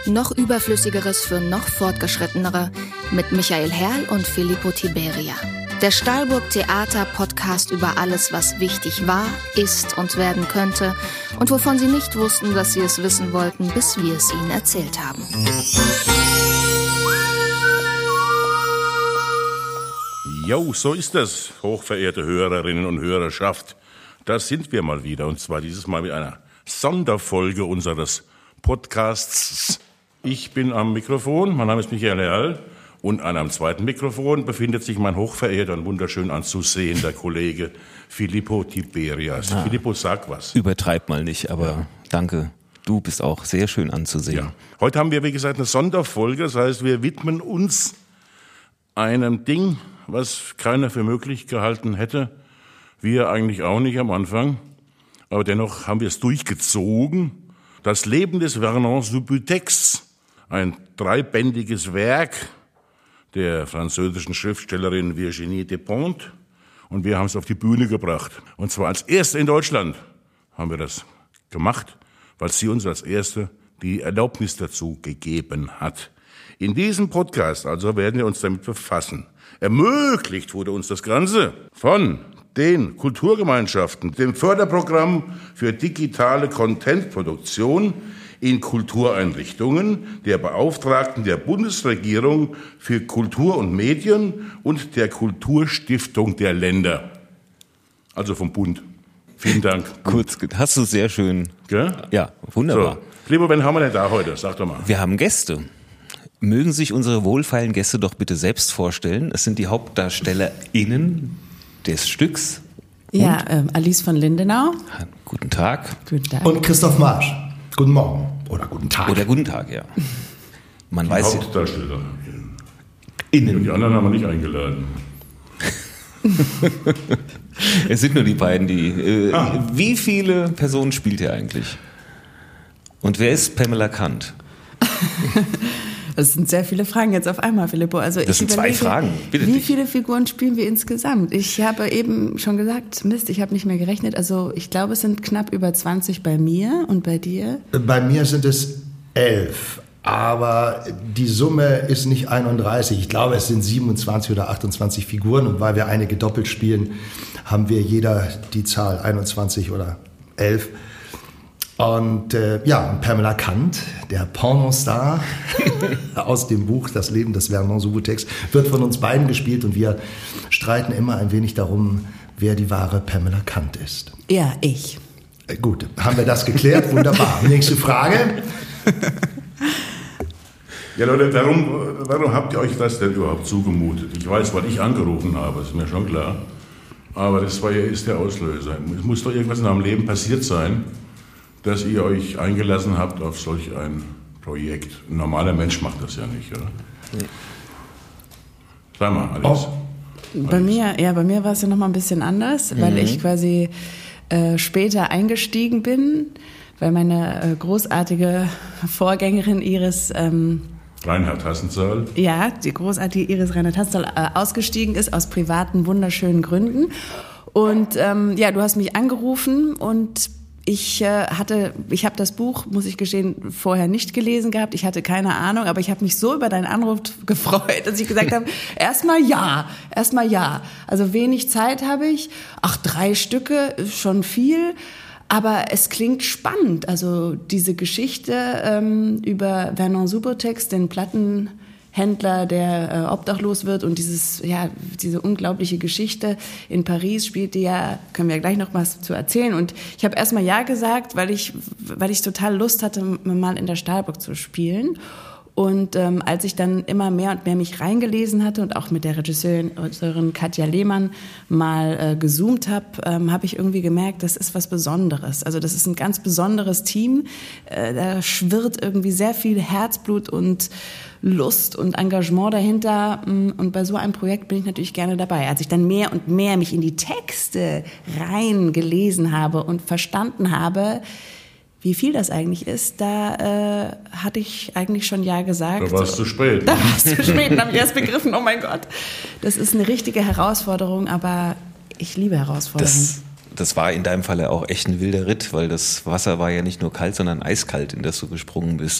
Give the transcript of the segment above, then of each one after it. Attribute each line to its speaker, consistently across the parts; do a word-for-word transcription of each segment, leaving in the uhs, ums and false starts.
Speaker 1: noch Überflüssigeres für noch Fortgeschrittenere mit Michael Herrl und Filippo Tiberia. Der Stahlburg Theater Podcast über alles, was wichtig war, ist und werden könnte und wovon Sie nicht wussten, dass Sie es wissen wollten, bis wir es Ihnen erzählt haben.
Speaker 2: Jo, so ist das, hochverehrte Hörerinnen und Hörerschaft. Da sind wir mal wieder, und zwar dieses Mal mit einer Sonderfolge unseres Podcasts. Ich bin am Mikrofon, mein Name ist Michael Herrl, und an einem zweiten Mikrofon befindet sich mein hochverehrter und wunderschön anzusehender Kollege Filippo Tiberias. Ah. Filippo, sag was.
Speaker 3: Übertreib mal nicht, aber ja. Danke. Du bist auch sehr schön anzusehen.
Speaker 2: Ja. Heute haben wir, wie gesagt, eine Sonderfolge, das heißt, wir widmen uns einem Ding, was keiner für möglich gehalten hätte. Wir eigentlich auch nicht am Anfang. Aber dennoch haben wir es durchgezogen. Das Leben des Vernon Subutex, ein dreibändiges Werk der französischen Schriftstellerin Virginie Despentes. Und wir haben es auf die Bühne gebracht. Und zwar als Erste in Deutschland haben wir das gemacht, weil sie uns als Erste die Erlaubnis dazu gegeben hat. In diesem Podcast also werden wir uns damit befassen. Ermöglicht wurde uns das Ganze von den Kulturgemeinschaften, dem Förderprogramm für digitale Contentproduktion in Kultureinrichtungen, der Beauftragten der Bundesregierung für Kultur und Medien und der Kulturstiftung der Länder. Also vom Bund. Vielen Dank.
Speaker 3: Kurz, hast du sehr schön.
Speaker 2: Gell?
Speaker 3: Ja, wunderbar.
Speaker 2: So, lieber, wen haben wir denn da heute? Sag doch mal.
Speaker 3: Wir haben Gäste. Mögen sich unsere wohlfeilen Gäste doch bitte selbst vorstellen. Es sind die HauptdarstellerInnen des Stücks.
Speaker 4: Ja, äh, Alice von Lindenau.
Speaker 3: Guten Tag.
Speaker 4: Guten Tag.
Speaker 5: Und Christoph Marsch. Guten Morgen. Oder guten Tag.
Speaker 3: Oder guten Tag, ja. Man
Speaker 2: die
Speaker 3: weiß
Speaker 2: Hauptdarsteller.
Speaker 3: Innen.
Speaker 2: Und die anderen haben wir nicht eingeladen.
Speaker 3: Es sind nur die beiden, die... Äh,
Speaker 2: ah.
Speaker 3: Wie viele Personen spielt ihr eigentlich? Und wer ist Pamela Kant?
Speaker 4: Das sind sehr viele Fragen jetzt auf einmal, Filippo. Also
Speaker 3: das
Speaker 4: ich
Speaker 3: sind zwei Fragen, bitte
Speaker 4: Wie
Speaker 3: dich.
Speaker 4: viele Figuren spielen wir insgesamt? Ich habe eben schon gesagt, Mist, ich habe nicht mehr gerechnet. Also ich glaube, es sind knapp über zwanzig bei mir und bei dir?
Speaker 5: Bei mir sind es elf, aber die Summe ist nicht einunddreißig. Ich glaube, es sind siebenundzwanzig oder achtundzwanzig Figuren und weil wir einige doppelt spielen, haben wir jeder die Zahl einundzwanzig oder elf. Und äh, ja, Pamela Kant, der Pornostar aus dem Buch Das Leben des Vernon Subutex, wird von uns beiden gespielt und wir streiten immer ein wenig darum, wer die wahre Pamela Kant ist.
Speaker 4: Ja, ich.
Speaker 5: Äh, gut, haben wir das geklärt? Wunderbar. Nächste Frage.
Speaker 2: Ja Leute, warum, warum habt ihr euch das denn überhaupt zugemutet? Ich weiß, weil ich angerufen habe, ist mir schon klar. Aber das war ja ist der Auslöser. Es muss doch irgendwas in eurem Leben passiert sein, dass ihr euch eingelassen habt auf solch ein Projekt. Ein normaler Mensch macht das ja nicht, oder? Nee. Sag mal, Alice.
Speaker 5: Oh.
Speaker 4: Bei mir, ja, bei mir war es ja noch mal ein bisschen anders, mhm. weil ich quasi äh, später eingestiegen bin, weil meine äh, großartige Vorgängerin Iris ähm,
Speaker 2: Reinhard Hassenzahl.
Speaker 4: Ja, die großartige Iris Reinhard Hassenzahl äh, ausgestiegen ist aus privaten, wunderschönen Gründen. Und ähm, ja, du hast mich angerufen und Ich äh, hatte, ich habe das Buch, muss ich gestehen, vorher nicht gelesen gehabt. Ich hatte keine Ahnung, aber ich habe mich so über deinen Anruf gefreut, dass ich gesagt habe, erstmal ja, erstmal ja. Also wenig Zeit habe ich. Ach, drei Stücke ist schon viel, aber es klingt spannend. Also diese Geschichte ähm, über Vernon Subutex, den Plattenhändler, der äh, obdachlos wird und dieses, ja, diese unglaubliche Geschichte in Paris spielt, die ja, können wir ja gleich noch was zu erzählen. Und ich habe erstmal ja gesagt, weil ich, weil ich total Lust hatte, mal in der Stahlburg zu spielen. Und ähm, als ich dann immer mehr und mehr mich reingelesen hatte und auch mit der Regisseurin Katja Lehmann mal äh, gezoomt habe, ähm, habe ich irgendwie gemerkt, das ist was Besonderes. Also das ist ein ganz besonderes Team. Äh, da schwirrt irgendwie sehr viel Herzblut und Lust und Engagement dahinter. Und bei so einem Projekt bin ich natürlich gerne dabei. Als ich dann mehr und mehr mich in die Texte reingelesen habe und verstanden habe, wie viel das eigentlich ist, da äh, hatte ich eigentlich schon ja gesagt.
Speaker 2: Da war es zu spät.
Speaker 4: Da war es zu spät, dann habe ich erst begriffen, oh mein Gott. Das ist eine richtige Herausforderung, aber ich liebe Herausforderungen.
Speaker 3: Das, das war in deinem Falle auch echt ein wilder Ritt, weil das Wasser war ja nicht nur kalt, sondern eiskalt, in das du gesprungen bist.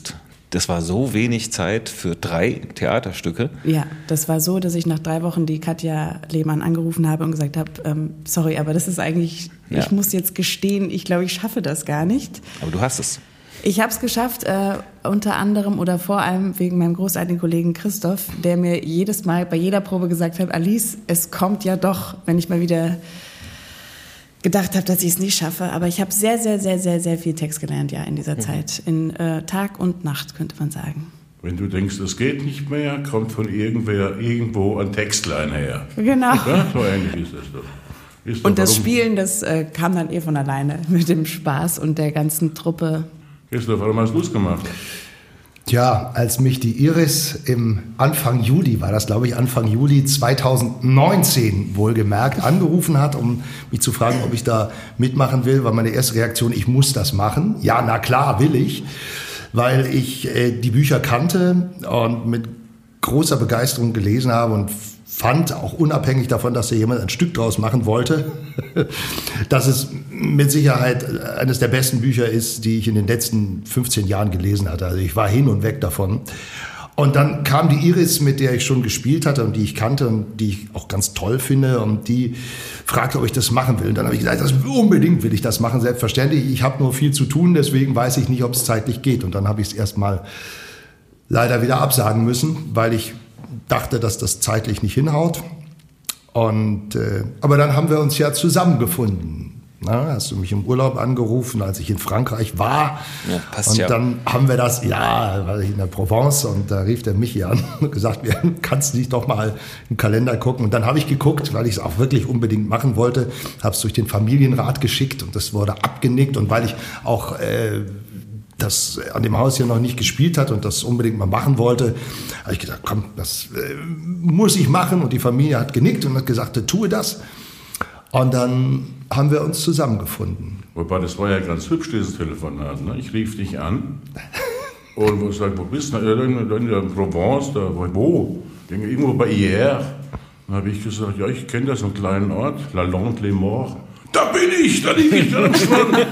Speaker 3: das war so wenig Zeit für drei Theaterstücke.
Speaker 4: Ja, das war so, dass ich nach drei Wochen die Katja Lehmann angerufen habe und gesagt habe, ähm, sorry, aber das ist eigentlich, ja. ich muss jetzt gestehen, ich glaube, ich schaffe das gar nicht.
Speaker 3: Aber du hast es.
Speaker 4: Ich habe es geschafft, äh, unter anderem oder vor allem wegen meinem großartigen Kollegen Christoph, der mir jedes Mal bei jeder Probe gesagt hat, Alice, es kommt ja doch, wenn ich mal wieder gedacht habe, dass ich es nicht schaffe. Aber ich habe sehr, sehr, sehr, sehr, sehr viel Text gelernt, ja, in dieser mhm. Zeit. In äh, Tag und Nacht, könnte man sagen.
Speaker 2: Wenn du denkst, es geht nicht mehr, kommt von irgendwer irgendwo ein Textlein her.
Speaker 4: Genau.
Speaker 2: Ja, so ähnlich ist das doch. Ist
Speaker 4: und
Speaker 2: doch,
Speaker 4: das
Speaker 2: warum?
Speaker 4: Spielen, das äh, kam dann eh von alleine mit dem Spaß und der ganzen Truppe.
Speaker 2: Christoph, warum hast du es gemacht?
Speaker 5: Tja, als mich die Iris im Anfang Juli, war das glaube ich Anfang Juli zweitausendneunzehn wohlgemerkt, angerufen hat, um mich zu fragen, ob ich da mitmachen will, war meine erste Reaktion, ich muss das machen. Ja, na klar, will ich, weil ich äh, die Bücher kannte und mit großer Begeisterung gelesen habe und fand, auch unabhängig davon, dass da jemand ein Stück draus machen wollte, dass es mit Sicherheit eines der besten Bücher ist, die ich in den letzten fünfzehn Jahren gelesen hatte. Also ich war hin und weg davon. Und dann kam die Iris, mit der ich schon gespielt hatte und die ich kannte und die ich auch ganz toll finde, und die fragte, ob ich das machen will. Und dann habe ich gesagt, das, unbedingt will ich das machen, selbstverständlich. Ich habe nur viel zu tun, deswegen weiß ich nicht, ob es zeitlich geht. Und dann habe ich es erstmal leider wieder absagen müssen, weil ich dachte, dass das zeitlich nicht hinhaut. Und, äh, aber dann haben wir uns ja zusammengefunden. Na, hast du mich im Urlaub angerufen, als ich in Frankreich war.
Speaker 3: Ja, passt
Speaker 5: und
Speaker 3: ja.
Speaker 5: dann haben wir das, ja, war ich in der Provence, und da rief der Michi an und gesagt, kannst du nicht doch mal im Kalender gucken? Und dann habe ich geguckt, weil ich es auch wirklich unbedingt machen wollte, habe es durch den Familienrat geschickt und das wurde abgenickt. Und weil ich auch äh, das an dem Haus hier noch nicht gespielt hat und das unbedingt mal machen wollte, habe ich gesagt, komm, das äh, muss ich machen. Und die Familie hat genickt und hat gesagt, tue das. Und dann haben wir uns zusammengefunden.
Speaker 2: Wobei, das war ja ganz hübsch, dieses Telefonat. Ne? Ich rief dich an und ich sag, wo bist du? Ja, in der Provence, da, wo? Irgendwo bei Hier. Dann habe ich gesagt, ja, ich kenne da so einen kleinen Ort, La Lande les Morts. Da bin ich, da liege ich da am Strand.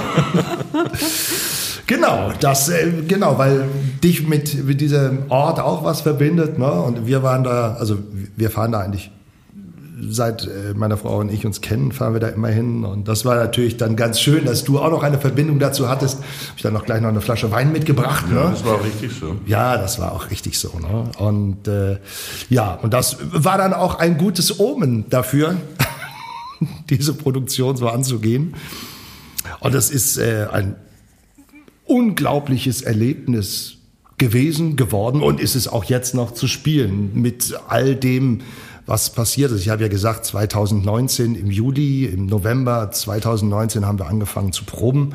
Speaker 5: Genau, das, äh, genau, weil dich mit, mit diesem Ort auch was verbindet, ne? Und wir waren da, also wir fahren da eigentlich, seit äh, meine Frau und ich uns kennen, fahren wir da immer hin. Und das war natürlich dann ganz schön, dass du auch noch eine Verbindung dazu hattest. Hab ich dann noch gleich noch eine Flasche Wein mitgebracht.
Speaker 2: Ja,
Speaker 5: ne?
Speaker 2: Das war auch richtig so.
Speaker 5: Ja, das war auch richtig so. Ne? Und äh, ja, und das war dann auch ein gutes Omen dafür, diese Produktion so anzugehen. Und das ist äh, ein unglaubliches Erlebnis gewesen, geworden und ist es auch jetzt noch zu spielen mit all dem, was passiert ist. Ich habe ja gesagt, zweitausendneunzehn im Juli, im November zweitausendneunzehn haben wir angefangen zu proben.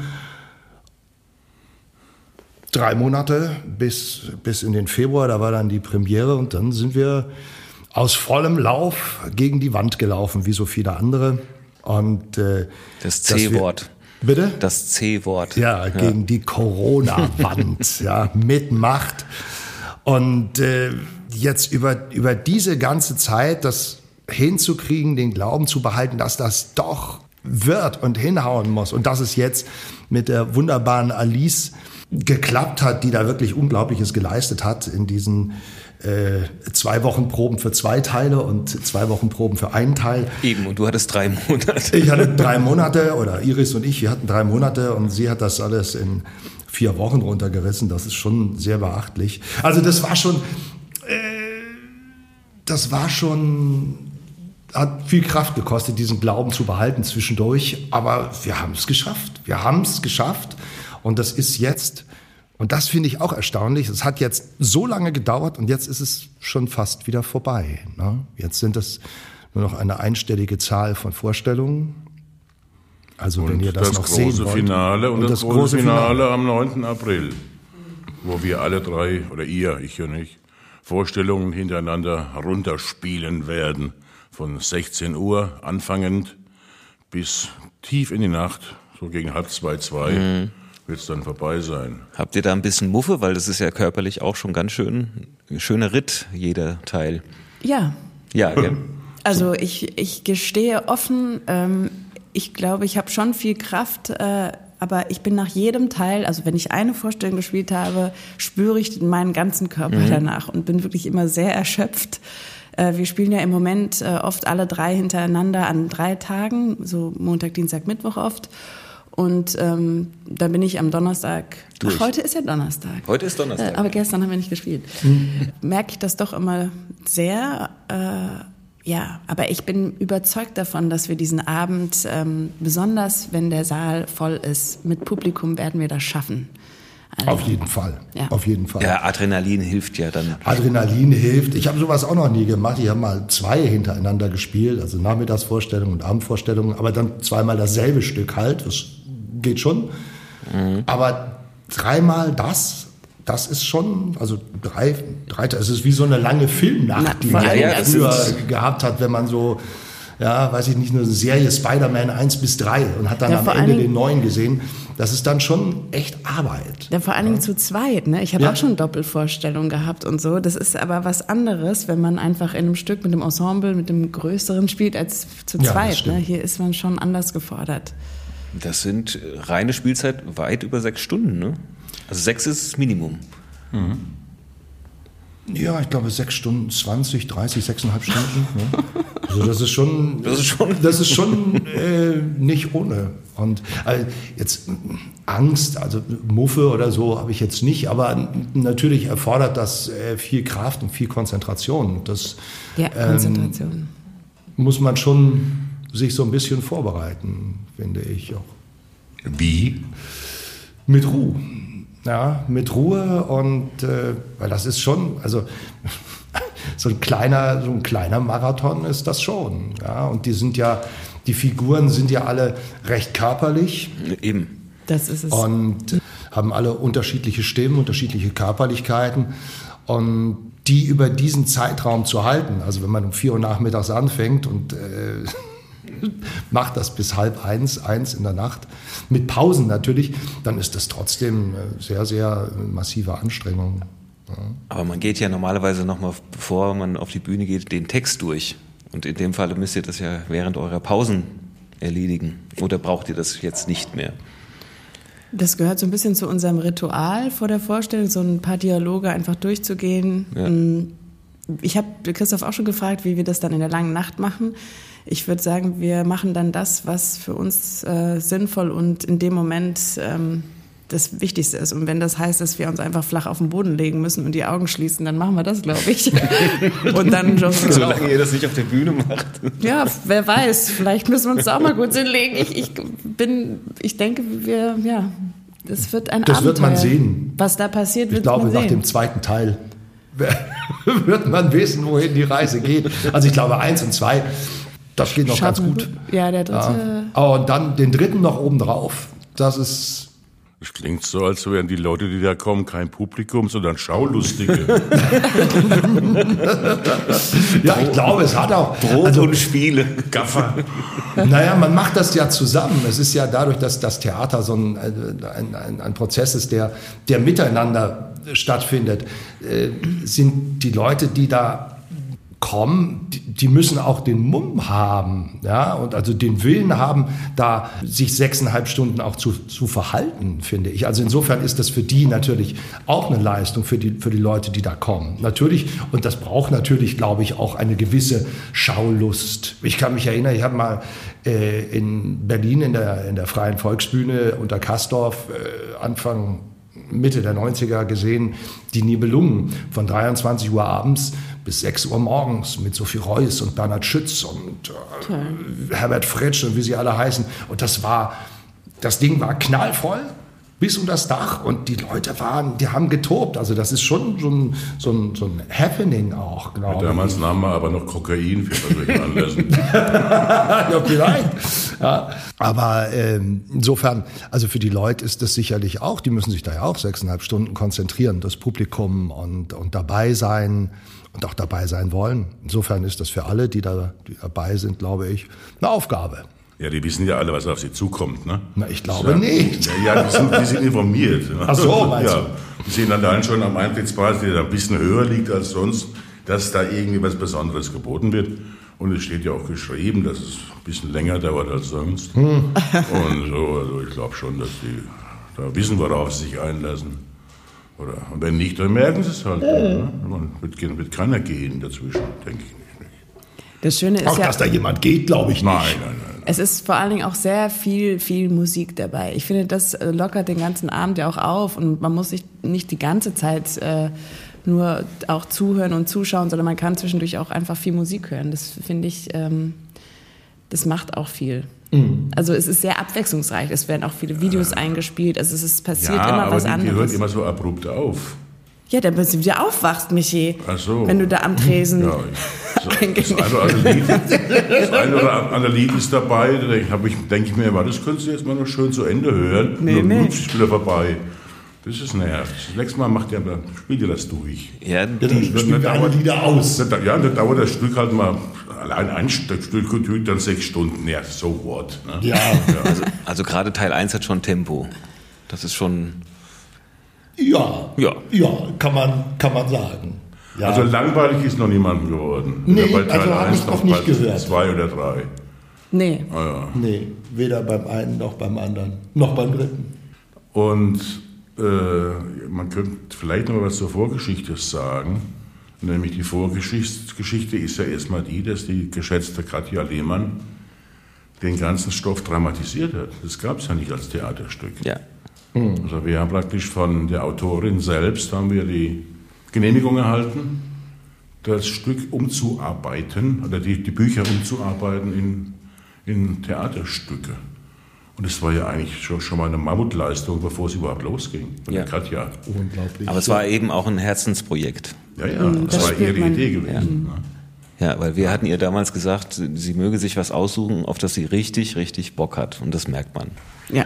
Speaker 5: Drei Monate bis, bis in den Februar, da war dann die Premiere und dann sind wir aus vollem Lauf gegen die Wand gelaufen, wie so viele andere. Und äh,
Speaker 3: das C-Wort.
Speaker 5: Bitte?
Speaker 3: Das C-Wort.
Speaker 5: Ja, gegen ja. die Corona-Wand, ja, mit Macht. Und äh, jetzt über, über diese ganze Zeit das hinzukriegen, den Glauben zu behalten, dass das doch wird und hinhauen muss. Und dass es jetzt mit der wunderbaren Alice geklappt hat, die da wirklich Unglaubliches geleistet hat in diesen äh, zwei Wochen Proben für zwei Teile und zwei Wochen Proben für einen Teil.
Speaker 3: Eben, und du hattest drei Monate.
Speaker 5: Ich hatte drei Monate, oder Iris und ich, wir hatten drei Monate und sie hat das alles in vier Wochen runtergerissen. Das ist schon sehr beachtlich. Also das war schon, äh, das war schon, hat viel Kraft gekostet, diesen Glauben zu behalten zwischendurch. Aber wir haben es geschafft. Wir haben es geschafft. Und das ist jetzt, und das finde ich auch erstaunlich, es hat jetzt so lange gedauert und jetzt ist es schon fast wieder vorbei. Ne? Jetzt sind es nur noch eine einstellige Zahl von Vorstellungen. Also
Speaker 2: und
Speaker 5: wenn ihr das,
Speaker 2: das
Speaker 5: noch sehen wollt.
Speaker 2: Finale und,
Speaker 5: und
Speaker 2: das, das große, große Finale, Finale am neunten April, wo wir alle drei, oder ihr, ich und ich, Vorstellungen hintereinander runterspielen werden. Von sechzehn Uhr anfangend bis tief in die Nacht, so gegen halb zwei, zwei. Mhm. Wird es dann vorbei sein.
Speaker 3: Habt ihr da ein bisschen Muffe, weil das ist ja körperlich auch schon ganz schön, schöner Ritt, jeder Teil.
Speaker 4: Ja.
Speaker 3: Ja, gell?
Speaker 4: Also ich, ich gestehe offen, ähm, ich glaube, ich habe schon viel Kraft äh, aber ich bin nach jedem Teil, also wenn ich eine Vorstellung gespielt habe, spüre ich meinen ganzen Körper mhm. danach und bin wirklich immer sehr erschöpft. Wir spielen ja im Moment oft alle drei hintereinander an drei Tagen, so Montag, Dienstag, Mittwoch oft. Und ähm, da bin ich am Donnerstag, ach, heute ist ja Donnerstag.
Speaker 3: Heute ist Donnerstag.
Speaker 4: Äh, aber gestern haben wir nicht gespielt. Mhm. Merke ich das doch immer sehr, äh, ja, aber ich bin überzeugt davon, dass wir diesen Abend, ähm, besonders wenn der Saal voll ist, mit Publikum werden wir das schaffen.
Speaker 5: Also, auf jeden Fall,
Speaker 4: ja.
Speaker 5: auf jeden Fall.
Speaker 3: Ja, Adrenalin hilft ja dann.
Speaker 5: Adrenalin hilft. Ich habe sowas auch noch nie gemacht. Ich habe mal zwei hintereinander gespielt, also Nachmittagsvorstellungen und Abendvorstellungen, aber dann zweimal dasselbe Stück halt. Das geht schon. Mhm. Aber dreimal das, das ist schon, also drei, drei, es ist wie so eine lange Filmnacht, Na, die man ja, ja, früher gehabt hat, wenn man so, ja, weiß ich nicht, eine Serie Spider-Man eins bis drei und hat dann ja, am Ende den neuen gesehen. Das ist dann schon echt Arbeit.
Speaker 4: Ja, vor allen Dingen ja. zu zweit. Ne? Ich habe ja. auch schon Doppelvorstellungen gehabt und so. Das ist aber was anderes, wenn man einfach in einem Stück mit dem Ensemble, mit dem Größeren spielt, als zu ja, zweit. Ne? Hier ist man schon anders gefordert.
Speaker 3: Das sind reine Spielzeit weit über sechs Stunden, ne? Also sechs ist das Minimum.
Speaker 5: Mhm. Ja, ich glaube sechs Stunden, zwanzig, dreißig, sechseinhalb Stunden. Ne? Also das ist schon,
Speaker 3: das ist schon,
Speaker 5: das ist schon äh, nicht ohne. Und äh, jetzt Angst, also Muffe oder so habe ich jetzt nicht, aber natürlich erfordert das äh, viel Kraft und viel Konzentration. Das
Speaker 4: ja, Konzentration.
Speaker 5: Ähm, muss man schon sich so ein bisschen vorbereiten, finde ich auch.
Speaker 2: Wie?
Speaker 5: Mit Ruhe. Ja, mit Ruhe und äh, weil das ist schon, also so ein kleiner, so ein kleiner Marathon ist das schon. Ja, und die sind ja, die Figuren sind ja alle recht körperlich.
Speaker 3: Eben.
Speaker 4: Das ist es.
Speaker 5: Und haben alle unterschiedliche Stimmen, unterschiedliche Körperlichkeiten. Und die über diesen Zeitraum zu halten, also wenn man um vier Uhr nachmittags anfängt und äh, macht das bis halb eins, eins in der Nacht, mit Pausen natürlich, dann ist das trotzdem sehr, sehr massive Anstrengung. Ja.
Speaker 3: Aber man geht ja normalerweise nochmal, bevor man auf die Bühne geht, den Text durch. Und in dem Fall müsst ihr das ja während eurer Pausen erledigen. Oder braucht ihr das jetzt nicht mehr?
Speaker 4: Das gehört so ein bisschen zu unserem Ritual vor der Vorstellung, so ein paar Dialoge einfach durchzugehen. Ja. Ich habe Christoph auch schon gefragt, wie wir das dann in der langen Nacht machen. Ich würde sagen, wir machen dann das, was für uns äh, sinnvoll und in dem Moment ähm, das Wichtigste ist. Und wenn das heißt, dass wir uns einfach flach auf den Boden legen müssen und die Augen schließen, dann machen wir das, glaube ich. Und dann schon
Speaker 3: solange ihr das nicht auf der Bühne macht.
Speaker 4: Ja, wer weiß, vielleicht müssen wir uns da auch mal gut hinlegen. Ich, ich bin, ich denke, wir, ja, das wird ein
Speaker 5: das
Speaker 4: Abenteuer.
Speaker 5: Das wird man sehen.
Speaker 4: Was da passiert, wird
Speaker 5: ich glaube,
Speaker 4: man sehen.
Speaker 5: Nach dem zweiten Teil wird man wissen, wohin die Reise geht. Also ich glaube, eins und zwei, das geht noch
Speaker 4: Schaffen
Speaker 5: ganz gut.
Speaker 4: Ja, der dritte.
Speaker 5: Ja. Und dann den dritten noch oben drauf. Das ist.
Speaker 2: Das klingt so, als wären die Leute, die da kommen, kein Publikum, sondern Schaulustige.
Speaker 5: Ja, ich glaube, es hat auch.
Speaker 3: Brot also, und Spiele.
Speaker 2: Gaffer.
Speaker 5: Naja, man macht das ja zusammen. Es ist ja dadurch, dass das Theater so ein, ein, ein, ein Prozess ist, der, der miteinander stattfindet, äh, sind die Leute, die da kommen, die, die müssen auch den Mumm haben, ja, und also den Willen haben, da sich sechseinhalb Stunden auch zu, zu verhalten, finde ich. Also insofern ist das für die natürlich auch eine Leistung, für die, für die Leute, die da kommen. Natürlich, und das braucht natürlich, glaube ich, auch eine gewisse Schaulust. Ich kann mich erinnern, ich habe mal äh, in Berlin in der, in der Freien Volksbühne unter Kastorf äh, Anfang Mitte der neunziger gesehen, die Nibelungen von dreiundzwanzig Uhr abends bis sechs Uhr morgens mit Sophie Reuss und Bernhard Schütz und äh, okay. Herbert Fritsch und wie sie alle heißen. Und das war, das Ding war knallvoll bis unter das Dach und die Leute waren, die haben getobt. Also das ist schon so ein, so ein, so ein Happening auch, glaube ich.
Speaker 2: Damals nahmen wir aber noch Kokain für solche Anlässen.
Speaker 5: Ja, vielleicht. Ja. Aber ähm, insofern, also für die Leute ist das sicherlich auch, die müssen sich da ja auch sechseinhalb Stunden konzentrieren, das Publikum und, und dabei sein und auch dabei sein wollen. Insofern ist das für alle, die da die dabei sind, glaube ich, eine Aufgabe.
Speaker 2: Ja, die wissen ja alle, was auf sie zukommt, ne?
Speaker 5: Na, ich glaube
Speaker 2: ja,
Speaker 5: nicht.
Speaker 2: Ja, ja die, sind, die sind informiert.
Speaker 5: Ach so, meinst
Speaker 2: ja,
Speaker 5: du?
Speaker 2: Die sehen dann allein schon am Eintrittspreis, der ein bisschen höher liegt als sonst, dass da irgendwie was Besonderes geboten wird. Und es steht ja auch geschrieben, dass es ein bisschen länger dauert als sonst. Hm. Und so, also ich glaube schon, dass die da wissen, worauf sie sich einlassen. Oder, und wenn nicht, dann merken sie es halt. Ne? Man wird, wird keiner gehen dazwischen, denke ich nicht.
Speaker 4: Das Schöne ist
Speaker 5: auch,
Speaker 4: ja,
Speaker 5: dass da jemand geht, glaube ich nicht.
Speaker 2: Nein, nein, nein.
Speaker 4: Es ist vor allen Dingen auch sehr viel, viel Musik dabei. Ich finde, das lockert den ganzen Abend ja auch auf und man muss sich nicht die ganze Zeit äh, nur auch zuhören und zuschauen, sondern man kann zwischendurch auch einfach viel Musik hören. Das finde ich, ähm, das macht auch viel. Mhm. Also es ist sehr abwechslungsreich. Es werden auch viele Videos ja. eingespielt. Also es ist, passiert
Speaker 2: ja,
Speaker 4: immer
Speaker 2: aber
Speaker 4: was
Speaker 2: die,
Speaker 4: anderes.
Speaker 2: Die hört immer so abrupt auf.
Speaker 4: Ja, dann bist du wieder aufwachst, Michi.
Speaker 2: Ach so.
Speaker 4: Wenn du da am Tresen
Speaker 2: ja, ich, das, das, eine oder Lied, das eine oder andere Lied ist dabei, da denke ich, denk ich mir, das könntest du jetzt mal noch schön zu Ende hören.
Speaker 4: Nee,
Speaker 2: Nur
Speaker 4: nee.
Speaker 2: ist wieder vorbei. Das ist nervig. Das nächste Mal macht der, spielt ihr das durch.
Speaker 3: Ja,
Speaker 5: Ja, dann spielen wir alle Lieder aus.
Speaker 2: Ja, dann dauert das Stück halt mal, allein ein Stück, Stück dann sechs Stunden. Ja, so what. Ne?
Speaker 5: Ja.
Speaker 2: ja.
Speaker 3: Also, also gerade Teil eins hat schon Tempo. Das ist schon...
Speaker 5: Ja,
Speaker 3: ja,
Speaker 5: ja kann, man, kann man sagen. Ja.
Speaker 2: Also langweilig ist noch niemandem geworden.
Speaker 5: Nee,
Speaker 2: bei Teil
Speaker 5: also habe ich noch nicht gehört.
Speaker 2: Zwei oder drei.
Speaker 4: Nee.
Speaker 2: Ah, ja.
Speaker 5: Nee, weder beim einen noch beim anderen, noch beim dritten.
Speaker 2: Und äh, man könnte vielleicht noch was zur Vorgeschichte sagen. Nämlich die Vorgeschichte ist ja erstmal die, dass die geschätzte Katja Lehmann den ganzen Stoff dramatisiert hat. Das gab es ja nicht als Theaterstück.
Speaker 3: Ja.
Speaker 2: Also wir haben praktisch von der Autorin selbst haben wir die Genehmigung erhalten, das Stück umzuarbeiten, oder die, die Bücher umzuarbeiten in, in Theaterstücke. Und das war ja eigentlich schon, schon mal eine Mammutleistung, bevor es überhaupt losging. Von
Speaker 3: ja.
Speaker 2: der Katja.
Speaker 5: Unglaublich.
Speaker 3: Aber es war eben auch ein Herzensprojekt.
Speaker 2: Ja, ja, das, das war ihre man. Idee gewesen.
Speaker 3: Ja. Ja, weil wir hatten ihr damals gesagt, sie möge sich was aussuchen, auf das sie richtig, richtig Bock hat. Und das merkt man.
Speaker 4: Ja.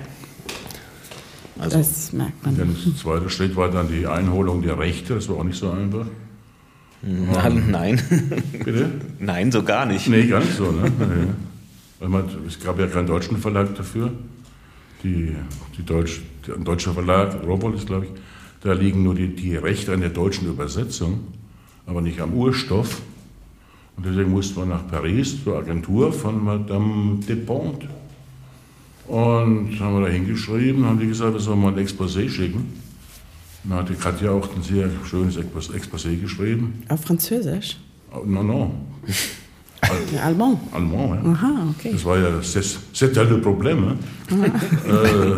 Speaker 3: Also,
Speaker 4: das merkt man.
Speaker 2: Der zweite Schritt war dann die Einholung der Rechte, das war auch nicht so einfach.
Speaker 3: Na, nein.
Speaker 2: Bitte?
Speaker 3: Nein, so gar nicht.
Speaker 2: Nee, gar nicht so. Ne? Weil man, es gab ja keinen deutschen Verlag dafür. Die, die Deutsch, der deutsche Verlag, Robolis, glaube ich, da liegen nur die, die Rechte an der deutschen Übersetzung, aber nicht am Urstoff. Und deswegen musste man nach Paris zur Agentur von Madame Despentes. Und haben wir da hingeschrieben, haben die gesagt, wir sollen mal ein Exposé schicken. Dann hat die Katja auch ein sehr schönes Exposé geschrieben.
Speaker 4: Auf Französisch?
Speaker 2: Non, non.
Speaker 4: Ja, Allemand.
Speaker 2: Allemand, ja.
Speaker 4: Aha, okay.
Speaker 2: Das war ja, c'était le problème. äh,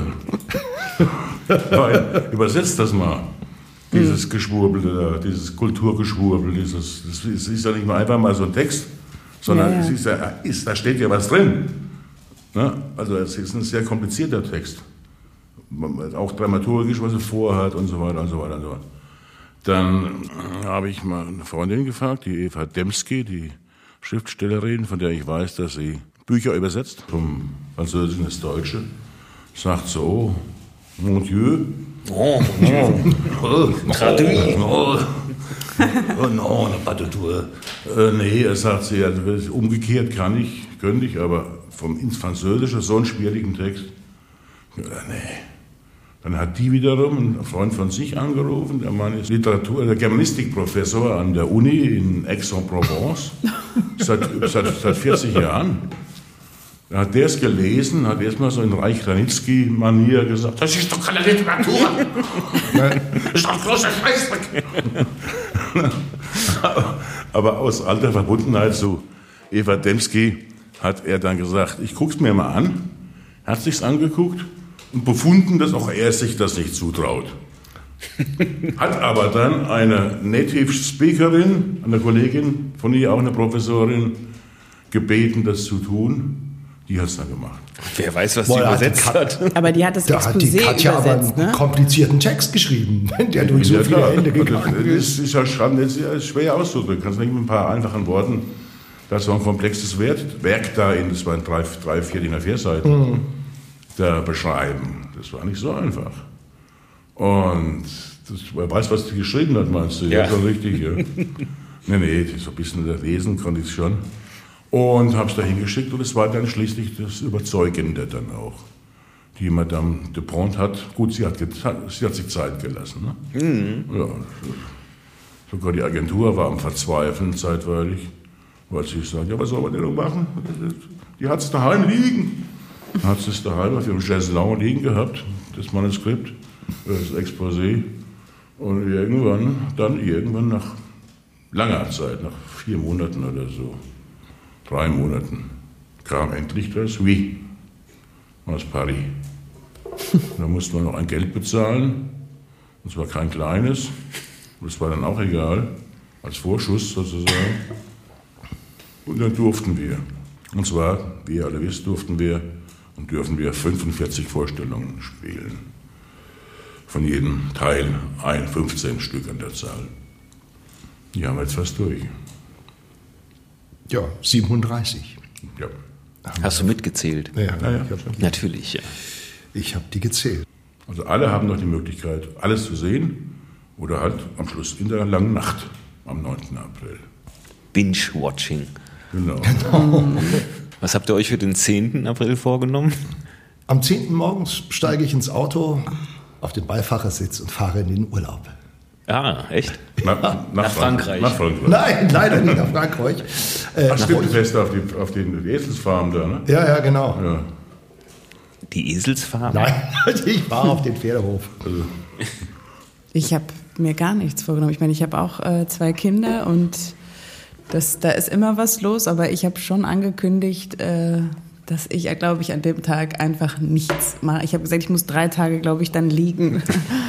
Speaker 2: weil, übersetzt das mal. Dieses hm. Geschwurbel, dieses Kulturgeschwurbel, dieses, das ist, ist ja nicht nur einfach mal so ein Text, sondern ja, ja. Es ist ja, ist, da steht ja was drin. Ne? Also es ist ein sehr komplizierter Text. Auch dramaturgisch, was er vorhat und so weiter und so weiter und so weiter. Dann habe ich mal eine Freundin gefragt, die Eva Dembski, die Schriftstellerin, von der ich weiß, dass sie Bücher übersetzt, vom Französischen ins Deutsche. Sagt so, oh, mon Dieu.
Speaker 3: Oh, mon Dieu.
Speaker 2: Oh, traduit. Oh, oh non, pas du tout. Äh, nee, er sagt sie, also, umgekehrt kann ich, könnte ich, aber vom ins Französische so einen schwierigen Text. Ja, nee. Dann hat die wiederum einen Freund von sich angerufen, der Mann ist Literatur, der Germanistikprofessor an der Uni in Aix-en-Provence, seit, seit, seit vierzig Jahren. Da hat der es gelesen, hat erstmal so in Reich-Ranitzky-Manier gesagt, das ist doch keine Literatur, das ist doch großer Scheißdreck. Aber aus alter Verbundenheit zu Eva Dembski hat er dann gesagt, ich guck's mir mal an, hat sich's angeguckt und befunden, dass auch er sich das nicht zutraut. Hat aber dann eine Native Speakerin, eine Kollegin von ihr, auch eine Professorin, gebeten, das zu tun. Die hat es dann gemacht.
Speaker 3: Wer weiß, was
Speaker 5: Boah,
Speaker 3: die übersetzt
Speaker 5: hat.
Speaker 3: hat.
Speaker 4: Aber die hat das
Speaker 5: Da hat die
Speaker 4: Exposé
Speaker 5: Katja aber einen
Speaker 4: übersetzt, ne?
Speaker 5: komplizierten Text geschrieben, der durch so
Speaker 2: Ja,
Speaker 5: viele
Speaker 2: klar.
Speaker 5: Hände gegangen
Speaker 2: Das
Speaker 5: ist.
Speaker 2: ist ja schreiben, das ist schwer auszudrücken. Kannst nicht mit ein paar einfachen Worten, das ist so ein komplexes Werk da in, das waren drei, drei vier D I N A vier Seiten, mhm. da beschreiben. Das war nicht so einfach. Und das, wer weiß, was die geschrieben hat, meinst du?
Speaker 3: Ja.
Speaker 2: Ja, schon richtig, ja. Nee, nee, so ein bisschen lesen konnte ich es schon. Und habe es da hingeschickt und es war dann schließlich das Überzeugende dann auch. Die Madame Despentes hat, gut, sie hat, sie hat sich Zeit gelassen. Ne? Mhm. Ja, sogar die Agentur war am Verzweifeln zeitweilig. Weil sie sagt, ja, was soll man denn noch machen? Die hat es daheim liegen. Dann hat sie es daheim auf ihrem Chaiselong liegen gehabt, das Manuskript, das Exposé. Und irgendwann, dann irgendwann nach langer Zeit, nach vier Monaten oder so, drei Monaten, kam endlich das Wie aus Paris. Da musste man noch ein Geld bezahlen, und zwar kein kleines, das war dann auch egal, als Vorschuss sozusagen. Und dann durften wir, und zwar, wie ihr alle wisst, durften wir und dürfen wir fünfundvierzig Vorstellungen spielen. Von jedem Teil ein, fünfzehn Stück an der Zahl. Die haben wir jetzt fast durch.
Speaker 5: Ja, siebenunddreißig.
Speaker 2: Ja.
Speaker 3: Hast du mitgezählt?
Speaker 5: Ja,
Speaker 2: Ja, ja.
Speaker 5: ich habe
Speaker 3: Natürlich, ja.
Speaker 5: hab die gezählt.
Speaker 2: Also alle haben noch die Möglichkeit, alles zu sehen oder halt am Schluss in der langen Nacht am neunten April.
Speaker 3: Binge-Watching.
Speaker 2: Genau.
Speaker 3: Was habt ihr euch für den zehnten April vorgenommen?
Speaker 5: Am zehnten morgens steige ich ins Auto auf den Beifahrersitz und fahre in den Urlaub.
Speaker 3: Ah, echt?
Speaker 2: Nach, nach,
Speaker 3: Nach Frankreich.
Speaker 2: Nach Frankreich.
Speaker 5: Nein, leider nicht nach Frankreich. Äh,
Speaker 2: Ach, stimmt, du fährst auf, die, auf den Eselsfarm da, ne?
Speaker 5: Ja, ja, genau.
Speaker 2: Ja.
Speaker 3: Die Eselsfarm?
Speaker 5: Nein, ich war auf den Pferdehof.
Speaker 2: Also,
Speaker 4: Ich habe mir gar nichts vorgenommen. Ich meine, ich habe auch äh, zwei Kinder und das, da ist immer was los, aber ich habe schon angekündigt, äh, dass ich, glaube ich, an dem Tag einfach nichts mache. Ich habe gesagt, ich muss drei Tage, glaube ich, dann liegen.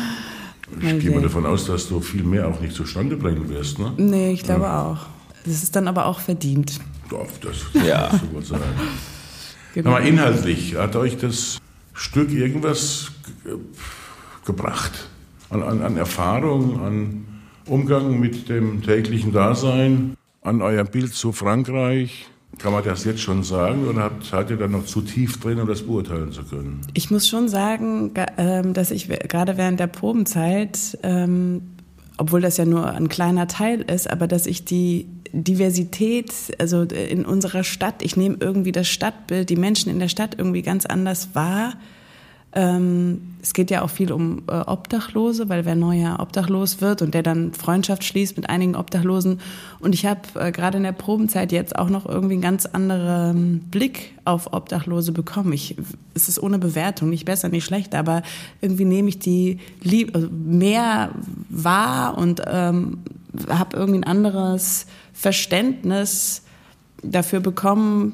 Speaker 2: ich gehe mal davon aus, dass du viel mehr auch nicht zustande bringen wirst, ne?
Speaker 4: Nee, ich glaube
Speaker 2: Ja.
Speaker 4: auch. Das ist dann aber auch verdient.
Speaker 2: Doch, das
Speaker 3: Ja.
Speaker 2: muss so gut sein.
Speaker 4: Genau.
Speaker 2: Aber inhaltlich, hat euch das Stück irgendwas ge gebracht? An, an, an Erfahrung, an Umgang mit dem täglichen Dasein, an euer Bild zu Frankreich? Kann man das jetzt schon sagen oder habt, seid ihr da noch zu tief drin, um das beurteilen zu können?
Speaker 4: Ich muss schon sagen, ga- ähm, dass ich we- gerade während der Probenzeit, ähm, obwohl das ja nur ein kleiner Teil ist, aber dass ich die Diversität, also in unserer Stadt, ich nehme irgendwie das Stadtbild, die Menschen in der Stadt irgendwie ganz anders wahr. Ähm, es geht ja auch viel um äh, Obdachlose, weil wer neuer obdachlos wird und der dann Freundschaft schließt mit einigen Obdachlosen. Und ich habe äh, gerade in der Probenzeit jetzt auch noch irgendwie einen ganz anderen Blick auf Obdachlose bekommen. Ich, es ist ohne Bewertung, nicht besser, nicht schlechter, aber irgendwie nehme ich die lieb, also mehr wahr und ähm, habe irgendwie ein anderes Verständnis dafür bekommen,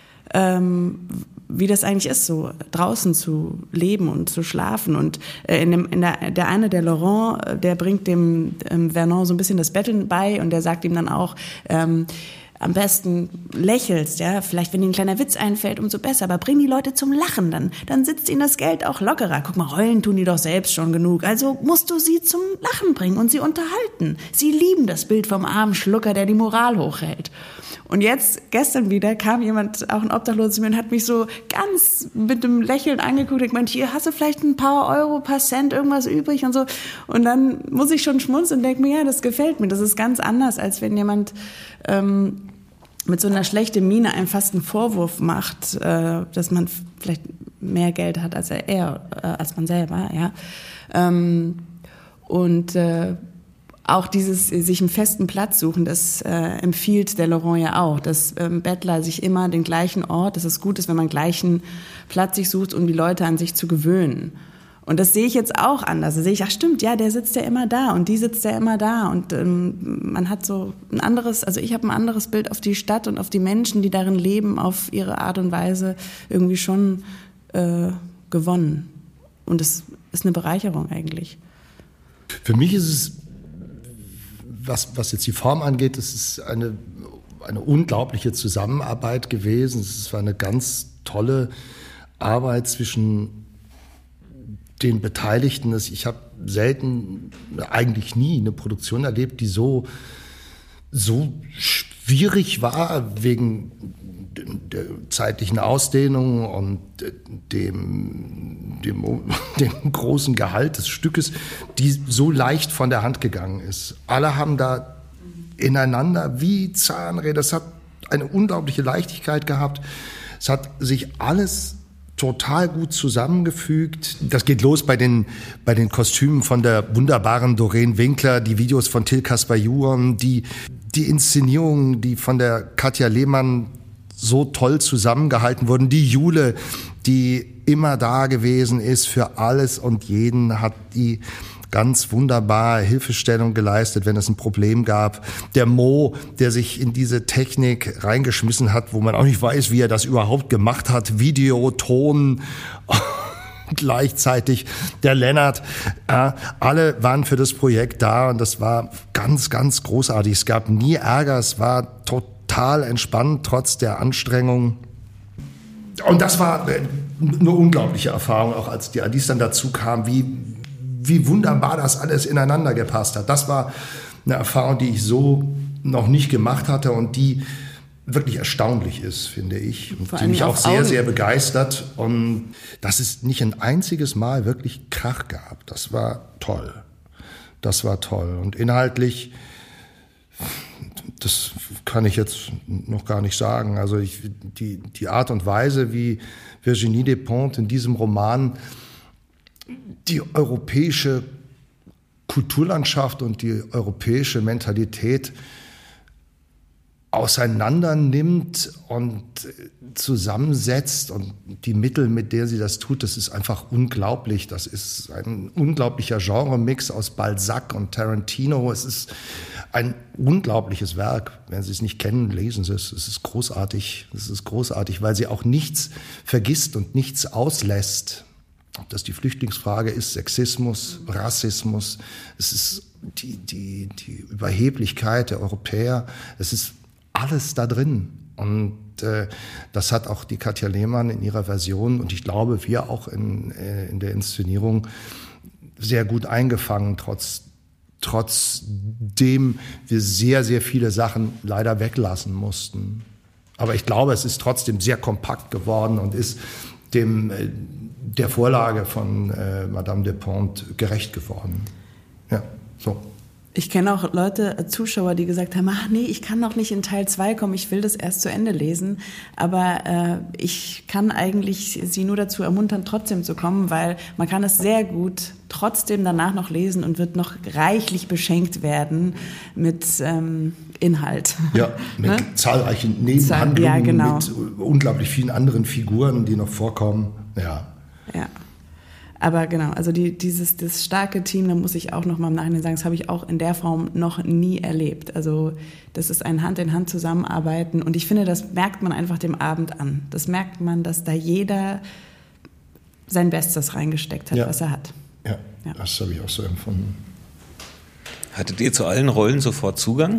Speaker 4: ähm, wie das eigentlich ist, so draußen zu leben und zu schlafen. Und äh, in dem, in der, der eine, der Laurent, der bringt dem ähm, Vernon so ein bisschen das Betteln bei und der sagt ihm dann auch, ähm, am besten lächelst, ja, vielleicht wenn dir ein kleiner Witz einfällt, umso besser, aber bring die Leute zum Lachen, dann, dann sitzt ihnen das Geld auch lockerer. Guck mal, heulen tun die doch selbst schon genug, also musst du sie zum Lachen bringen und sie unterhalten. Sie lieben das Bild vom armen Schlucker, der die Moral hochhält. Und jetzt, gestern wieder, kam jemand, auch ein Obdachloser zu mir und hat mich so ganz mit dem Lächeln angeguckt. Ich meinte, hier, hast du vielleicht ein paar Euro, paar Cent, irgendwas übrig und so. Und dann muss ich schon schmunzeln und denke mir, ja, das gefällt mir. Das ist ganz anders, als wenn jemand ähm, mit so einer schlechten Miene einem fast einen Vorwurf macht, äh, dass man vielleicht mehr Geld hat als er, er äh, als man selber, ja. Ähm, und äh, auch dieses sich einen festen Platz suchen, das äh, empfiehlt der Laurent ja auch, dass ähm, Bettler sich immer den gleichen Ort, dass es gut ist, wenn man gleichen Platz sich sucht, um die Leute an sich zu gewöhnen. Und das sehe ich jetzt auch anders. Da sehe ich, ach stimmt, ja, der sitzt ja immer da und die sitzt ja immer da. Und ähm, man hat so ein anderes, also ich habe ein anderes Bild auf die Stadt und auf die Menschen, die darin leben, auf ihre Art und Weise irgendwie schon äh, gewonnen. Und es ist eine Bereicherung eigentlich.
Speaker 5: Für mich ist es, was, was jetzt die Form angeht, es ist eine, eine unglaubliche Zusammenarbeit gewesen. Es war eine ganz tolle Arbeit zwischen den Beteiligten. Ich habe selten, eigentlich nie eine Produktion erlebt, die so, so schwierig war wegen der zeitlichen Ausdehnung und dem, dem, dem großen Gehalt des Stückes, die so leicht von der Hand gegangen ist. Alle haben da ineinander wie Zahnräder. Das hat eine unglaubliche Leichtigkeit gehabt. Es hat sich alles total gut zusammengefügt. Das geht los bei den, bei den Kostümen von der wunderbaren Doreen Winkler, die Videos von Till Kasper-Juon, die, die Inszenierungen, die von der Katja Lehmann so toll zusammengehalten wurden, die Jule, die immer da gewesen ist für alles und jeden, hat die ganz wunderbar Hilfestellung geleistet, wenn es ein Problem gab. Der Mo, der sich in diese Technik reingeschmissen hat, wo man auch nicht weiß, wie er das überhaupt gemacht hat. Video, Ton, gleichzeitig der Lennart. Äh, alle waren für das Projekt da und das war ganz, ganz großartig. Es gab nie Ärger, es war total entspannt, trotz der Anstrengung. Und das war eine unglaubliche Erfahrung, auch als die Alice dann dazu kam, wie wie wunderbar das alles ineinander gepasst hat. Das war eine Erfahrung, die ich so noch nicht gemacht hatte und die wirklich erstaunlich ist, finde ich. Und die mich auch sehr, sehr begeistert. Und dass es nicht ein einziges Mal wirklich Krach gab, das war toll. Das war toll. Und inhaltlich, das kann ich jetzt noch gar nicht sagen. Also ich, die, die Art und Weise, wie Virginie Despentes in diesem Roman die europäische Kulturlandschaft und die europäische Mentalität auseinander nimmt und zusammensetzt und die Mittel, mit der sie das tut, das ist einfach unglaublich. Das ist ein unglaublicher Genremix aus Balzac und Tarantino. Es ist ein unglaubliches Werk. Wenn Sie es nicht kennen, lesen Sie es. Es ist großartig. Es ist großartig, weil sie auch nichts vergisst und nichts auslässt. Ob das die Flüchtlingsfrage ist, Sexismus, Rassismus, es ist die, die, die Überheblichkeit der Europäer, es ist alles da drin. Und äh, das hat auch die Katja Lehmann in ihrer Version und ich glaube, wir auch in, äh, in der Inszenierung sehr gut eingefangen, trotz, trotzdem wir sehr, sehr viele Sachen leider weglassen mussten. Aber ich glaube, es ist trotzdem sehr kompakt geworden und ist dem äh, der Vorlage von äh, Madame Despentes gerecht geworden. Ja, so.
Speaker 4: Ich kenne auch Leute, Zuschauer, die gesagt haben, ach nee, ich kann noch nicht in Teil zwei kommen, ich will das erst zu Ende lesen. Aber äh, ich kann eigentlich Sie nur dazu ermuntern, trotzdem zu kommen, weil man kann es sehr gut trotzdem danach noch lesen und wird noch reichlich beschenkt werden mit ähm, Inhalt.
Speaker 5: Ja, mit ne? zahlreichen Nebenhandlungen,
Speaker 4: ja, genau.
Speaker 5: mit unglaublich vielen anderen Figuren, die noch vorkommen. Ja.
Speaker 4: Ja. Aber genau, also die, dieses das starke Team, da muss ich auch noch mal im Nachhinein sagen, das habe ich auch in der Form noch nie erlebt. Also das ist ein Hand in Hand zusammenarbeiten und ich finde, das merkt man einfach dem Abend an. Das merkt man, dass da jeder sein Bestes reingesteckt hat, ja. was er hat.
Speaker 5: Ja, ja. Das habe ich auch so empfunden.
Speaker 3: Hattet ihr zu allen Rollen sofort Zugang?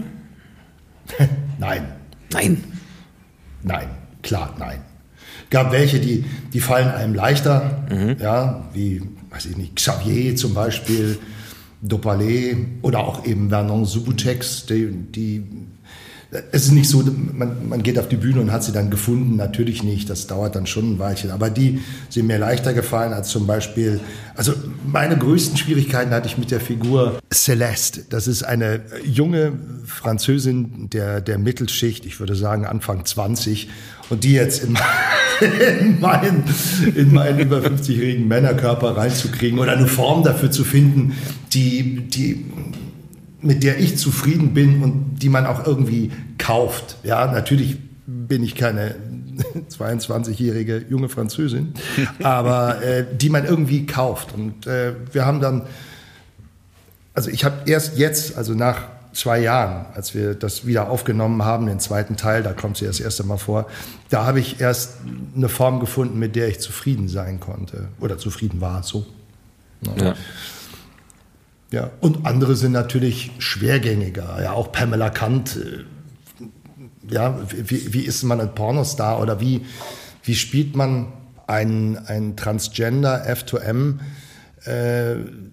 Speaker 5: Nein.
Speaker 3: Nein?
Speaker 5: Nein, klar, nein. Gab welche, die, die fallen einem leichter, mhm. ja, wie, weiß ich nicht, Xavier zum Beispiel, Dopalé oder auch eben Vernon Subutex, die, die, es ist nicht so, man, man geht auf die Bühne und hat sie dann gefunden, natürlich nicht, das dauert dann schon ein Weilchen, aber die sind mir leichter gefallen als zum Beispiel, also meine größten Schwierigkeiten hatte ich mit der Figur Céleste, das ist eine junge Französin der, der Mittelschicht, ich würde sagen Anfang zwanzig, und die jetzt in, in, meinen, in meinen über fünfzigjährigen Männerkörper reinzukriegen oder eine Form dafür zu finden, die, die, mit der ich zufrieden bin und die man auch irgendwie kauft. Ja, natürlich bin ich keine zweiundzwanzigjährige junge Französin, aber äh, die man irgendwie kauft. Und äh, wir haben dann, also ich habe erst jetzt, also nach zwei Jahren, als wir das wieder aufgenommen haben, den zweiten Teil, da kommt sie das erste Mal vor, da habe ich erst eine Form gefunden, mit der ich zufrieden sein konnte. Oder zufrieden war, so. Ja. Ja. Und andere sind natürlich schwergängiger. Ja, auch Pamela Kant. Ja, wie, wie ist man ein Pornostar? Oder wie, wie spielt man einen, einen Transgender F zwei M äh,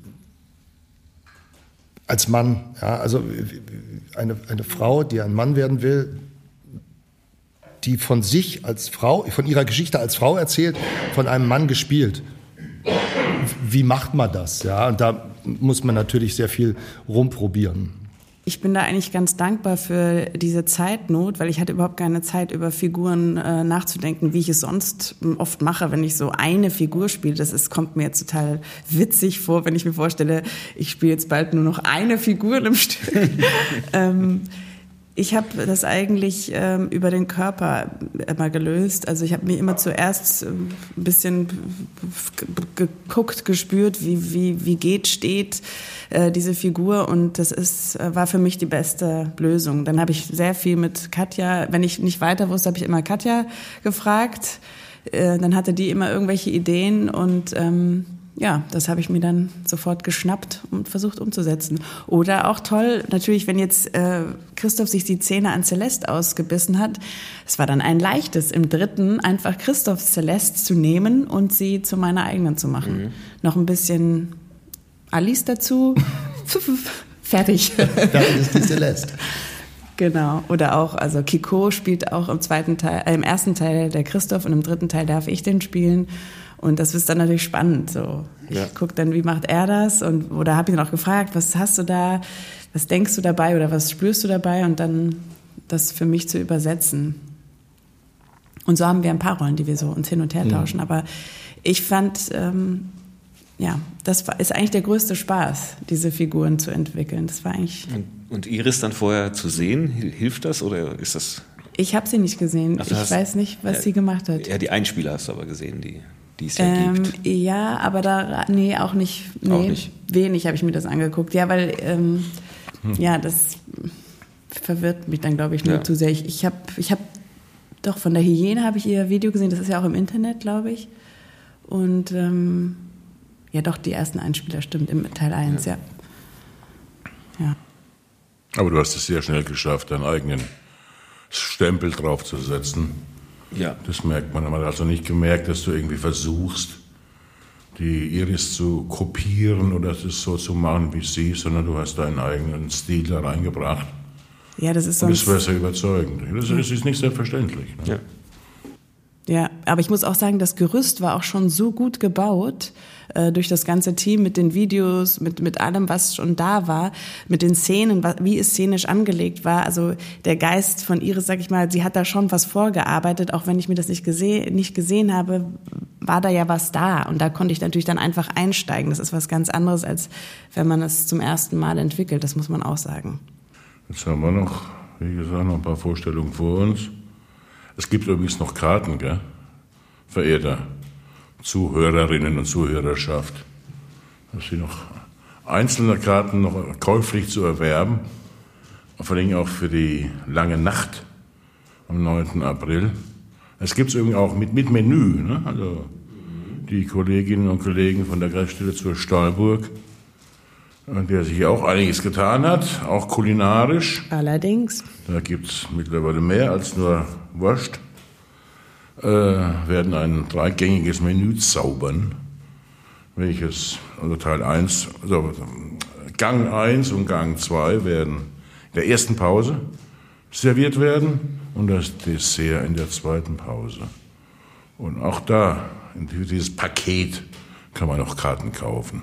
Speaker 5: als Mann, ja, also eine, eine Frau, die ein Mann werden will, die von sich als Frau, von ihrer Geschichte als Frau erzählt, von einem Mann gespielt. Wie macht man das? Ja, und da muss man natürlich sehr viel rumprobieren.
Speaker 4: Ich bin da eigentlich ganz dankbar für diese Zeitnot, weil ich hatte überhaupt keine Zeit, über Figuren äh, nachzudenken, wie ich es sonst oft mache, wenn ich so eine Figur spiele. Das ist, kommt mir jetzt total witzig vor, wenn ich mir vorstelle, ich spiele jetzt bald nur noch eine Figur im Stück. ähm, Ich habe das eigentlich ähm, über den Körper immer gelöst. Also ich habe mich immer zuerst ein bisschen geguckt, gespürt, wie, wie, wie geht, steht äh, diese Figur. Und das ist, war für mich die beste Lösung. Dann habe ich sehr viel mit Katja, wenn ich nicht weiter wusste, habe ich immer Katja gefragt. Äh, dann hatte die immer irgendwelche Ideen und ähm, ja, das habe ich mir dann sofort geschnappt und versucht umzusetzen. Oder auch toll, natürlich, wenn jetzt äh, Christoph sich die Zähne an Celeste ausgebissen hat, es war dann ein leichtes, im dritten einfach Christophs Celeste zu nehmen und sie zu meiner eigenen zu machen. Mhm. Noch ein bisschen Alice dazu, fertig.
Speaker 5: Fertig ist die Celeste.
Speaker 4: Genau. Oder auch, also Kiko spielt auch im zweiten Teil, äh, im ersten Teil der Christoph und im dritten Teil darf ich den spielen. Und das ist dann natürlich spannend. So. Ich ja. gucke dann, wie macht er das? Und, oder habe ihn auch gefragt, was hast du da, was denkst du dabei oder was spürst du dabei? Und dann das für mich zu übersetzen. Und so haben wir ein paar Rollen, die wir so uns hin und her tauschen. Ja. Aber ich fand, ähm, ja, das war, ist eigentlich der größte Spaß, diese Figuren zu entwickeln. Das war eigentlich.
Speaker 3: Und, und Iris dann vorher zu sehen, hilft das oder ist das?
Speaker 4: Ich habe sie nicht gesehen. Also ich weiß nicht, was ja, sie gemacht hat.
Speaker 3: Ja, die Einspieler hast du aber gesehen, die. Die es ja
Speaker 4: ähm,
Speaker 3: gibt.
Speaker 4: Ja, aber da, nee, auch nicht, nee,
Speaker 3: auch nicht.
Speaker 4: Wenig habe ich mir das angeguckt. Ja, weil, ähm, hm. ja, das verwirrt mich dann, glaube ich, nur ja. zu sehr. Ich, ich habe, ich hab, doch, von der Hyäne habe ich ihr Video gesehen, das ist ja auch im Internet, glaube ich. Und, ähm, ja, doch, die ersten Einspieler, stimmt, im Teil eins, ja. ja. ja.
Speaker 2: Aber du hast es sehr schnell geschafft, deinen eigenen Stempel draufzusetzen. Ja. Das merkt man. Man hat also nicht gemerkt, dass du irgendwie versuchst, die Iris zu kopieren oder es so zu machen wie sie, sondern du hast deinen eigenen Stil da reingebracht.
Speaker 4: Ja, das ist sonst...
Speaker 2: Und das wäre sehr überzeugend. Das, das ist nicht selbstverständlich. Ne?
Speaker 3: Ja.
Speaker 4: Ja, aber ich muss auch sagen, das Gerüst war auch schon so gut gebaut äh, durch das ganze Team mit den Videos, mit mit allem, was schon da war, mit den Szenen, wie es szenisch angelegt war. Also der Geist von Iris, sag ich mal, sie hat da schon was vorgearbeitet, auch wenn ich mir das nicht gesehen nicht gesehen habe, war da ja was da und da konnte ich natürlich dann einfach einsteigen. Das ist was ganz anderes, als wenn man es zum ersten Mal entwickelt. Das muss man auch sagen.
Speaker 2: Jetzt haben wir noch, wie gesagt, noch ein paar Vorstellungen vor uns. Es gibt übrigens noch Karten, gell? Verehrte Zuhörerinnen und Zuhörerschaft. Es sind noch einzelne Karten noch käuflich zu erwerben. Vor allem auch für die lange Nacht am neunten April. Es gibt es übrigens auch mit, mit Menü. Ne? Also die Kolleginnen und Kollegen von der Gaststätte zur Stahlburg, der sich auch einiges getan hat, auch kulinarisch.
Speaker 4: Allerdings.
Speaker 2: Da gibt es mittlerweile mehr als nur Wurst. Äh, werden ein dreigängiges Menü zaubern, welches, also Teil eins, also Gang eins und Gang zwei werden in der ersten Pause serviert werden und das Dessert in der zweiten Pause. Und auch da, in dieses Paket, kann man noch Karten kaufen.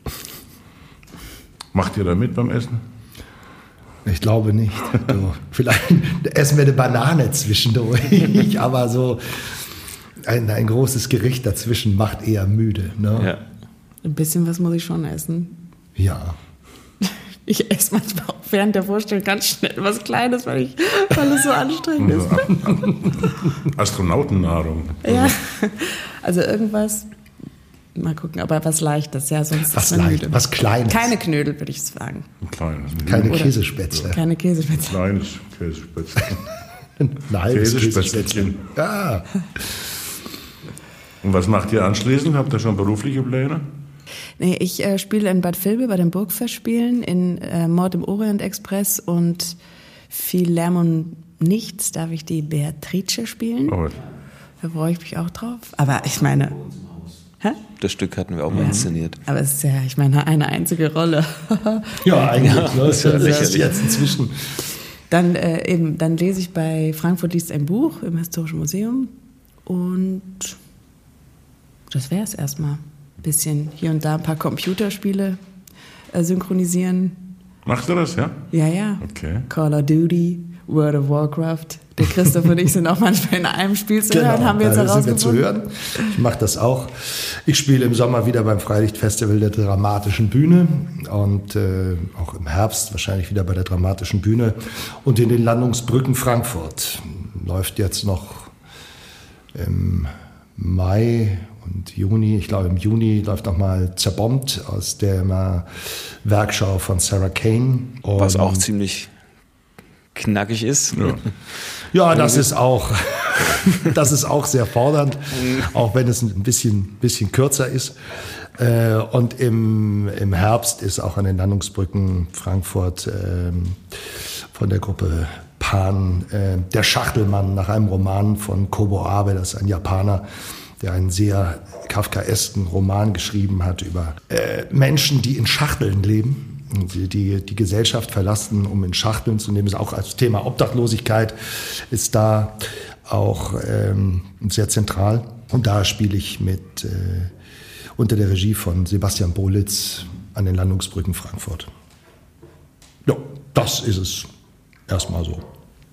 Speaker 2: Macht ihr da mit beim Essen?
Speaker 5: Ich glaube nicht. So, vielleicht essen wir eine Banane zwischendurch, aber so ein, ein großes Gericht dazwischen macht eher müde. Ne?
Speaker 3: Ja.
Speaker 4: Ein bisschen was muss ich schon essen.
Speaker 5: Ja.
Speaker 4: Ich esse manchmal auch während der Vorstellung ganz schnell was Kleines, weil, ich, weil es so anstrengend ist.
Speaker 2: Astronautennahrung.
Speaker 4: Ja, also irgendwas... Mal gucken, aber was Leichtes, ja, sonst
Speaker 5: was
Speaker 4: ist man
Speaker 5: leicht,
Speaker 4: müde.
Speaker 5: Was Kleines.
Speaker 4: Keine Knödel, würde ich sagen.
Speaker 2: Ein kleines.
Speaker 5: Keine Käsespätzle.
Speaker 4: Ja. Keine Käsespätzle.
Speaker 2: Ein kleines Käsespätzle.
Speaker 5: Ein halbes Käsespätzle. Ja.
Speaker 2: Und was macht ihr anschließend? Habt ihr schon berufliche Pläne?
Speaker 4: Nee, ich äh, spiele in Bad Vilbel bei den Burgfestspielen, in äh, Mord im Orient Express und viel Lärm und Nichts darf ich die Beatrice spielen.
Speaker 2: Oh.
Speaker 4: Da freue ich mich auch drauf. Aber ich meine... Hä?
Speaker 3: Das Stück hatten wir auch mal inszeniert.
Speaker 4: Aber es ist ja, ich meine, eine einzige Rolle.
Speaker 5: Ja, eigentlich. Ja, das ist ja
Speaker 3: sicherlich.
Speaker 5: Jetzt inzwischen.
Speaker 4: Dann, äh, eben, dann lese ich bei Frankfurt liest ein Buch im Historischen Museum und das wäre es erstmal. Ein bisschen hier und da ein paar Computerspiele äh, synchronisieren.
Speaker 2: Machst du das, ja?
Speaker 4: Ja, ja.
Speaker 2: Okay.
Speaker 4: Call of Duty, World of Warcraft. Der Christoph und ich sind auch manchmal in einem Spiel zu
Speaker 5: genau,
Speaker 4: hören, haben wir jetzt
Speaker 5: da sind wir
Speaker 4: herausgefunden.
Speaker 5: zu hören. Ich mache das auch. Ich spiele im Sommer wieder beim Freilichtfestival der Dramatischen Bühne und äh, auch im Herbst wahrscheinlich wieder bei der Dramatischen Bühne und in den Landungsbrücken Frankfurt. Läuft jetzt noch im Mai und Juni, ich glaube im Juni läuft noch mal Zerbombt aus der Werkschau von Sarah Kane. Und
Speaker 3: Was auch ziemlich knackig ist.
Speaker 2: Ja.
Speaker 5: Ja, das ist auch, das ist auch sehr fordernd, auch wenn es ein bisschen, bisschen kürzer ist. Und im, im Herbst ist auch an den Landungsbrücken Frankfurt ähm, von der Gruppe Pan äh, der Schachtelmann nach einem Roman von Kobo Abe, das ist ein Japaner, der einen sehr kafkaesken Roman geschrieben hat über äh, Menschen, die in Schachteln leben. Die, die, die Gesellschaft verlassen, um in Schachteln zu nehmen. Auch als Thema Obdachlosigkeit ist da auch ähm, sehr zentral. Und da spiele ich mit äh, unter der Regie von Sebastian Bolitz an den Landungsbrücken Frankfurt. Ja, das ist es erstmal so.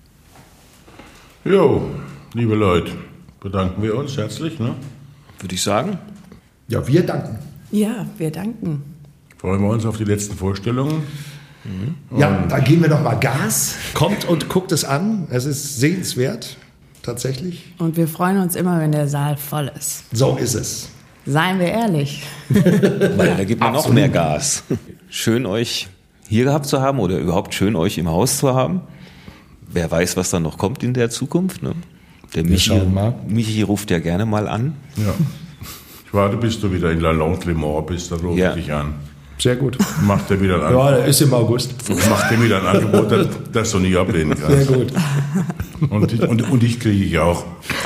Speaker 2: Jo, liebe Leute, bedanken wir uns herzlich. Ne?
Speaker 3: Würde ich sagen.
Speaker 5: Ja, wir danken.
Speaker 4: Ja, wir danken.
Speaker 2: Freuen wir uns auf die letzten Vorstellungen.
Speaker 5: Ja, da geben wir noch mal Gas. Kommt und guckt es an. Es ist sehenswert, tatsächlich.
Speaker 4: Und wir freuen uns immer, wenn der Saal voll ist.
Speaker 5: So ist es.
Speaker 4: Seien wir ehrlich.
Speaker 3: Weil da gibt man noch mehr Gas. Schön euch hier gehabt zu haben oder überhaupt schön euch im Haus zu haben. Wer weiß, was dann noch kommt in der Zukunft. Ne? Der Michi,
Speaker 5: schauen mal.
Speaker 3: Michi ruft ja gerne mal an.
Speaker 2: Ja. Ich warte, bis du wieder in La Londe Le Mans bist, dann rufe
Speaker 3: Ja.
Speaker 2: ich dich an.
Speaker 5: Sehr gut.
Speaker 2: Macht dir wieder ein
Speaker 5: Ja,
Speaker 2: Angebot,
Speaker 5: der ist im August.
Speaker 2: macht dir wieder ein Angebot, das, das du nie ablehnen
Speaker 5: Sehr
Speaker 2: kannst.
Speaker 5: gut.
Speaker 2: Und, und, und dich kriege ich auch.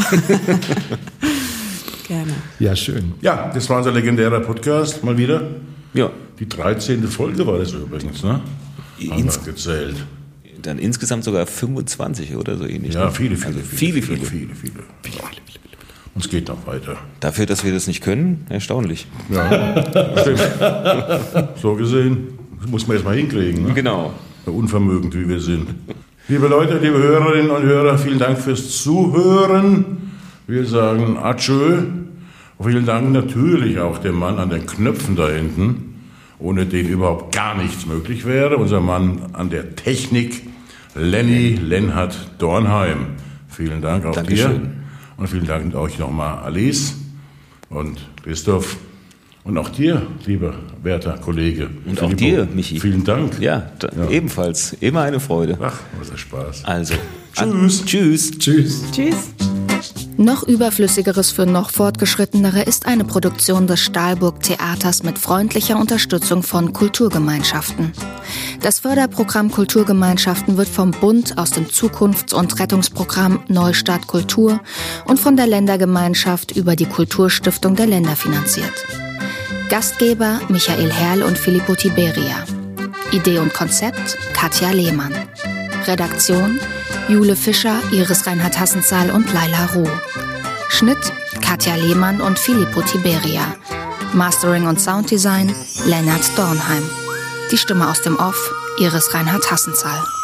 Speaker 4: Gerne.
Speaker 5: Ja, schön.
Speaker 2: Ja, das war unser legendärer Podcast, mal wieder.
Speaker 3: Ja,
Speaker 2: Die dreizehnte Folge war das übrigens, ne? Haben
Speaker 3: Ins-
Speaker 2: wir gezählt.
Speaker 3: dann insgesamt sogar fünfundzwanzig oder so ähnlich.
Speaker 2: Ja,
Speaker 3: ne?
Speaker 2: viele, viele,
Speaker 3: also
Speaker 2: viele,
Speaker 3: viele, viele.
Speaker 2: viele, viele, viele. Und es geht noch weiter.
Speaker 3: Dafür, dass wir das nicht können, erstaunlich.
Speaker 2: Ja, stimmt. So gesehen, das muss man erst mal hinkriegen, ne?
Speaker 3: Genau.
Speaker 2: Unvermögend, wie wir sind. Liebe Leute, liebe Hörerinnen und Hörer, vielen Dank fürs Zuhören. Wir sagen Adieu. Vielen Dank natürlich auch dem Mann an den Knöpfen da hinten, ohne den überhaupt gar nichts möglich wäre. Unser Mann an der Technik, Lenny Lenhard Dornheim. Vielen Dank auch
Speaker 3: Dankeschön.
Speaker 2: dir. Und vielen Dank euch nochmal, Alice und Christoph. Und auch dir, lieber werter Kollege.
Speaker 3: Und auch
Speaker 2: Filippo.
Speaker 3: dir, Michi.
Speaker 2: Vielen Dank.
Speaker 3: Ja, da,
Speaker 2: Ja.
Speaker 3: ebenfalls. Immer eine Freude.
Speaker 2: Ach, was ein Spaß.
Speaker 3: Also,
Speaker 2: Tschüss.
Speaker 3: An, tschüss.
Speaker 5: Tschüss.
Speaker 4: Tschüss.
Speaker 1: Noch Überflüssigeres für noch Fortgeschrittenere ist eine Produktion des Stahlburg Theaters mit freundlicher Unterstützung von Kulturgemeinschaften. Das Förderprogramm Kulturgemeinschaften wird vom Bund aus dem Zukunfts- und Rettungsprogramm Neustart Kultur und von der Ländergemeinschaft über die Kulturstiftung der Länder finanziert. Gastgeber Michael Herrl und Filippo Tiberia. Idee und Konzept Katja Lehmann. Redaktion Jule Fischer, Iris Reinhard-Hassenzahl und Laila Ruh. Schnitt Katja Lehmann und Filippo Tiberia. Mastering und Sounddesign Lennart Dornheim. Die Stimme aus dem Off Iris Reinhard-Hassenzahl.